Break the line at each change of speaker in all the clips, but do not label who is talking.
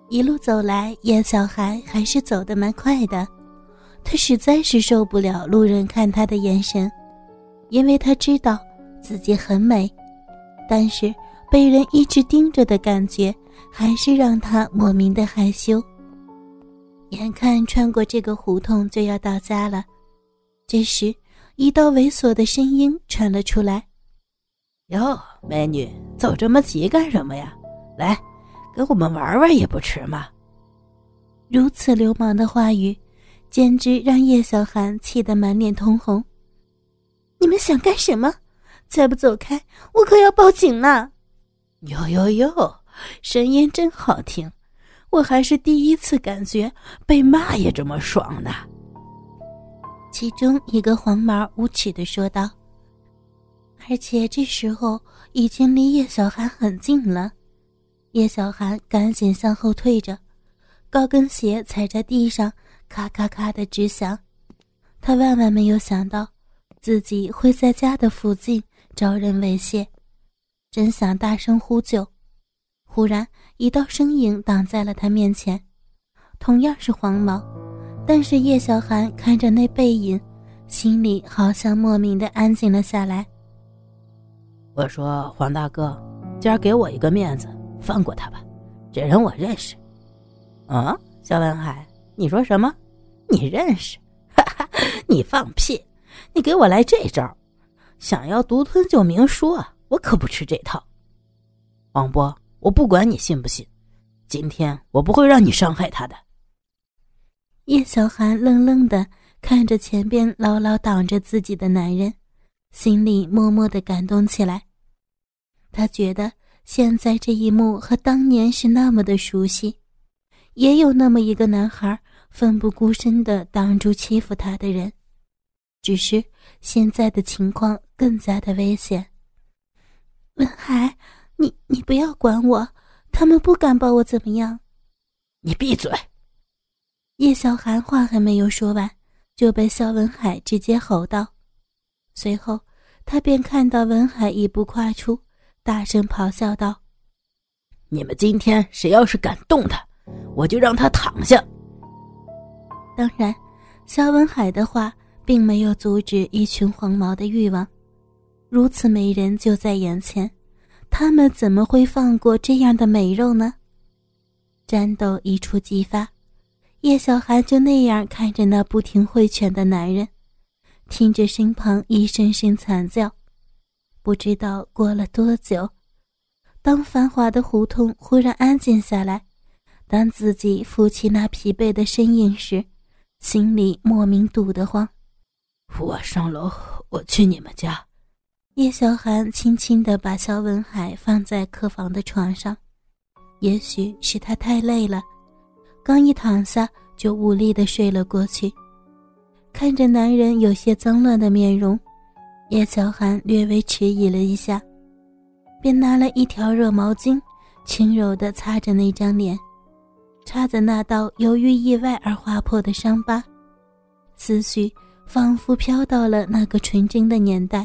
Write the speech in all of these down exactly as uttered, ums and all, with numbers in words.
一路走来，叶小涵还是走得蛮快的。他实在是受不了路人看他的眼神，因为他知道自己很美，但是被人一直盯着的感觉还是让他莫名的害羞。眼看穿过这个胡同就要到家了，这时一道猥琐的声音传了出来。
哟，美女，走这么急干什么呀？来，跟我们玩玩也不迟嘛。
如此流氓的话语简直让叶小涵气得满脸通红。你们想干什么？再不走开，我可要报警了。
哟哟哟，声音真好听，我还是第一次感觉被骂也这么爽呢。
其中一个黄毛无耻地说道，而且这时候已经离叶小涵很近了。叶小涵赶紧向后退着，高跟鞋踩在地上咔咔咔的直响。他万万没有想到自己会在家的附近招人猥亵，真想大声呼救。忽然一道身影挡在了他面前，同样是黄毛，但是叶小涵看着那背影，心里好像莫名的安静了下来。
我说，黄大哥，今儿给我一个面子，放过他吧，这人我认识。啊，肖文海，你说什么？你认识？哈哈，你放屁！你给我来这招，想要独吞就明说，我可不吃这套。王波，我不管你信不信，今天我不会让你伤害他的。
叶小涵愣愣地看着前边牢牢挡着自己的男人，心里默默地感动起来。他觉得现在这一幕和当年是那么的熟悉，也有那么一个男孩奋不顾身地挡住欺负他的人，只是现在的情况更加的危险。文海，你你不要管我，他们不敢把我怎么样。
你闭嘴！
叶小涵话还没有说完，就被肖文海直接吼道。随后他便看到文海一步跨出，大声咆哮道，
你们今天谁要是敢动他，我就让他躺下。
当然肖文海的话并没有阻止一群黄毛的欲望，如此美人就在眼前，他们怎么会放过这样的美肉呢？战斗一触即发，叶小涵就那样看着那不停挥拳的男人，听着身旁一声声惨叫。不知道过了多久，当繁华的胡同忽然安静下来，当自己扶起那疲惫的身影时，心里莫名堵得慌。
我上楼，我去你们家。
叶小涵轻轻地把肖文海放在客房的床上，也许是他太累了，刚一躺下就无力地睡了过去。看着男人有些脏乱的面容，叶小涵略微迟疑了一下，便拿了一条热毛巾，轻柔地擦着那张脸，擦着那道由于意外而划破的伤疤，思绪仿佛飘到了那个纯真的年代。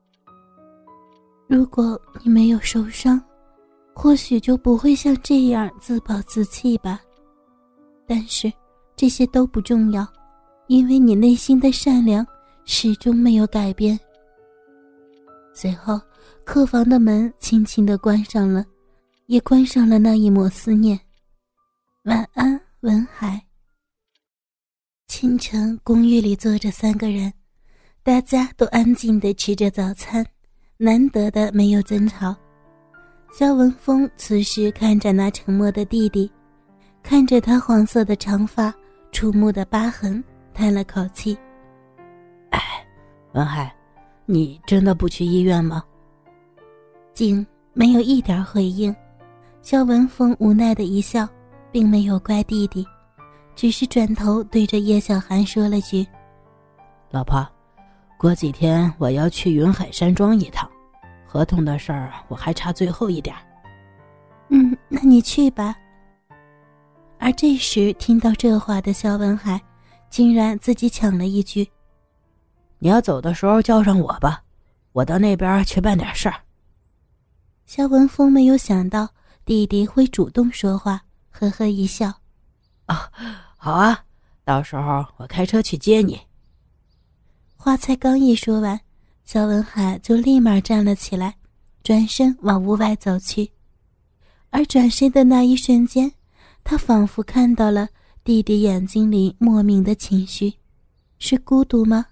如果你没有受伤，或许就不会像这样自暴自弃吧。但是这些都不重要，因为你内心的善良始终没有改变。随后客房的门轻轻地关上了，也关上了那一抹思念。晚安，文海。清晨，公寓里坐着三个人，大家都安静地吃着早餐，难得的没有争吵。肖文峰此时看着那沉默的弟弟，看着他黄色的长发，触目的疤痕，叹了口气。
哎，文海，你真的不去医院吗？
景没有一点回应。肖文峰无奈的一笑，并没有怪弟弟，只是转头对着叶小涵说了句，
老婆，过几天我要去云海山庄一趟，合同的事儿我还差最后一点。
嗯，那你去吧。而这时听到这话的肖文海竟然自己抢了一句，
你要走的时候叫上我吧，我到那边去办点事儿。
肖文峰没有想到弟弟会主动说话， 呵呵一笑。
啊，好啊，到时候我开车去接你。
话才刚一说完，肖文海就立马站了起来，转身往屋外走去。而转身的那一瞬间，他仿佛看到了弟弟眼睛里莫名的情绪，是孤独吗？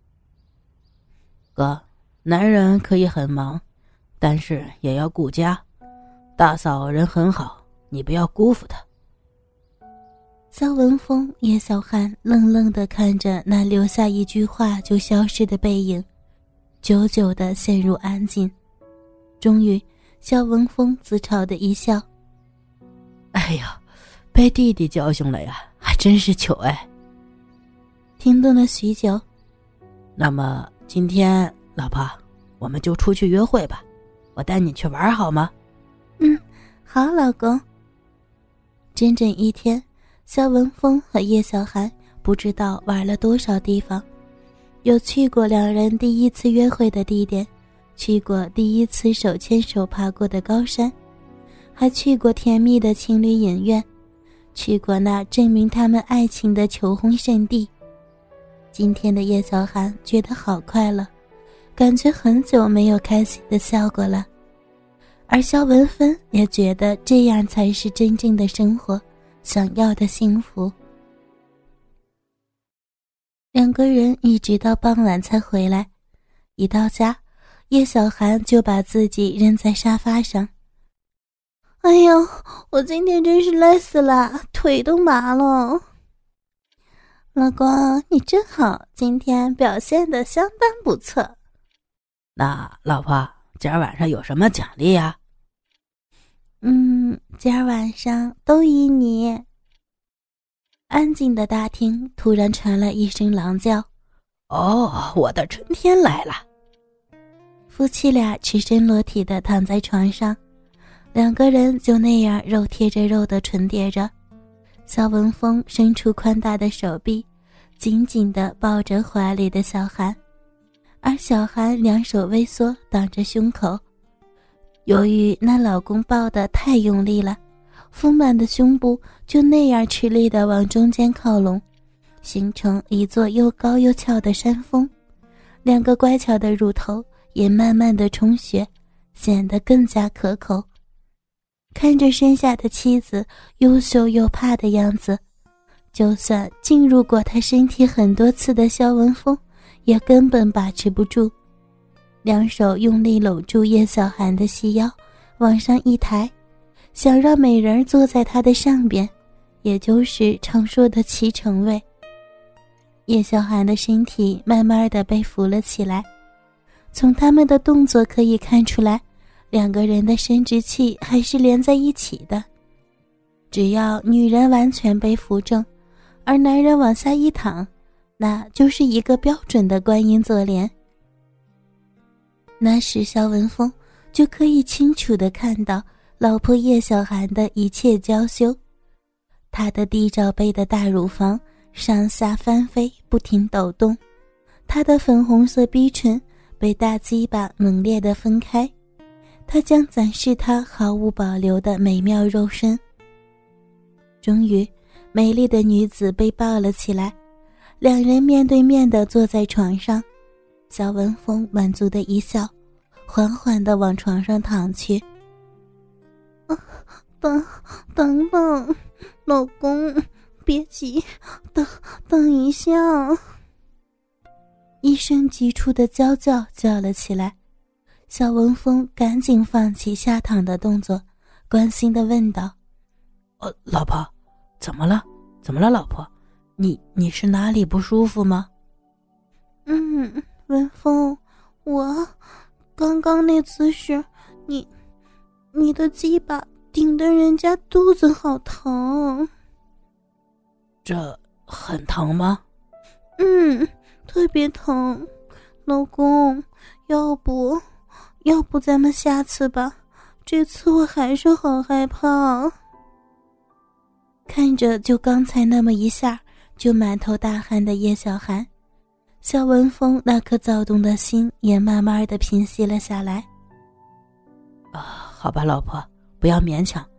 哥，男人可以很忙，但是也要顾家。大嫂人很好，你不要辜负她。
肖文峰、叶小涵愣愣地看着那留下一句话就消失的背影，久久地陷入安静。终于，肖文峰自嘲的一笑：“
哎呀，被弟弟教训了呀，还真是糗哎。”
停顿了许久，
那么今天，老婆，我们就出去约会吧，我带你去玩好吗？
嗯，好，老公。整整一天，肖文峰和叶小涵不知道玩了多少地方，有去过两人第一次约会的地点，去过第一次手牵手爬过的高山，还去过甜蜜的情侣影院，去过那证明他们爱情的求婚圣地。今天的叶小涵觉得好快乐，感觉很久没有开心的笑过了。而肖文芬也觉得这样才是真正的生活，想要的幸福。两个人一直到傍晚才回来，一到家，叶小涵就把自己扔在沙发上。哎呦，我今天真是累死了，腿都麻了。老公，你真好，今天表现得相当不错。
那老婆，今儿晚上有什么奖励呀？
嗯，今儿晚上都依你。安静的大厅突然传来一声狼叫。
哦，我的春天来了。
夫妻俩赤身裸体地躺在床上，两个人就那样肉贴着肉地唇叠着。肖文峰伸出宽大的手臂，紧紧地抱着怀里的小涵，而小涵两手微缩挡着胸口。由于那老公抱得太用力了，丰满的胸部就那样吃力地往中间靠拢，形成一座又高又翘的山峰。两个乖巧的乳头也慢慢地充血，显得更加可口。看着身下的妻子又羞又怕的样子，就算进入过他身体很多次的肖文峰也根本把持不住，两手用力搂住叶小涵的细腰，往上一抬，想让美人坐在他的上边，也就是常说的骑乘位。叶小涵的身体慢慢的被扶了起来，从他们的动作可以看出来，两个人的生殖器还是连在一起的。只要女人完全被扶正，而男人往下一躺，那就是一个标准的观音坐莲。那时肖文峰就可以清楚地看到老婆叶小涵的一切娇羞，她的低罩杯的大乳房上下翻飞，不停抖动，她的粉红色逼唇被大鸡巴猛烈地分开，她将展示她毫无保留的美妙肉身。终于，美丽的女子被抱了起来，两人面对面地坐在床上。肖文峰满足的一笑，缓缓地往床上躺去。啊，等等等，老公，别急，等等一下。一声急促的娇叫叫了起来，肖文峰赶紧放弃下躺的动作，关心地问道：“
哦，老婆，怎么了？怎么了，老婆？你你是哪里不舒服吗？”
嗯。文峰，我刚刚那姿势，你你的鸡巴顶得人家肚子好疼。
这很疼吗？
嗯，特别疼。老公，要不要不咱们下次吧，这次我还是好害怕。看着就刚才那么一下就满头大汗的叶小涵，肖文峰那颗躁动的心也慢慢的平息了下来。
啊，好吧，老婆，不要勉强，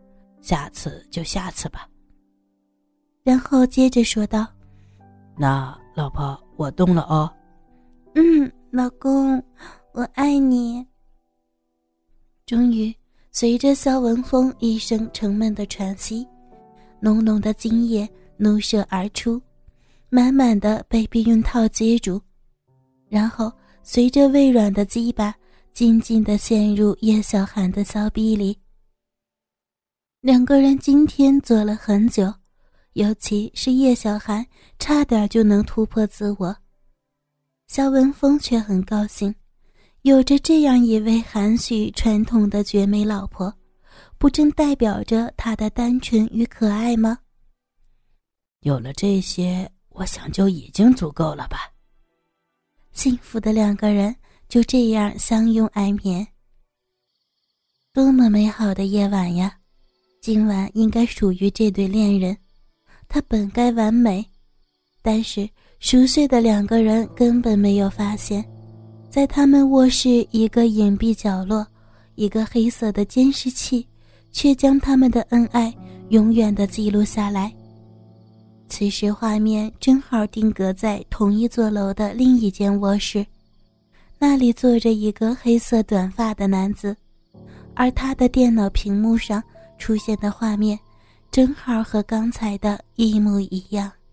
下次就下次吧。
然后接着说道：
那老婆，我动了哦。
嗯，老公，我爱你。终于随着萧文峰一声沉闷的喘息，浓浓的精液怒射而出，满满的被避孕套接住，然后随着微软的鸡巴紧紧地陷入叶小涵的骚逼里。两个人今天做了很久，尤其是叶小涵差点就能突破自我，萧文峰却很高兴，有着这样一位含蓄传统的绝美老婆，不正代表着她的单纯与可爱吗？
有了这些，我想就已经足够了吧。
幸福的两个人就这样相拥安眠。多么美好的夜晚呀，今晚应该属于这对恋人，它本该完美，但是熟睡的两个人根本没有发现，在他们卧室一个隐蔽角落，一个黑色的监视器却将他们的恩爱永远地记录下来。此时画面正好定格在同一座楼的另一间卧室，那里坐着一个黑色短发的男子，而他的电脑屏幕上出现的画面正好和刚才的一模一样。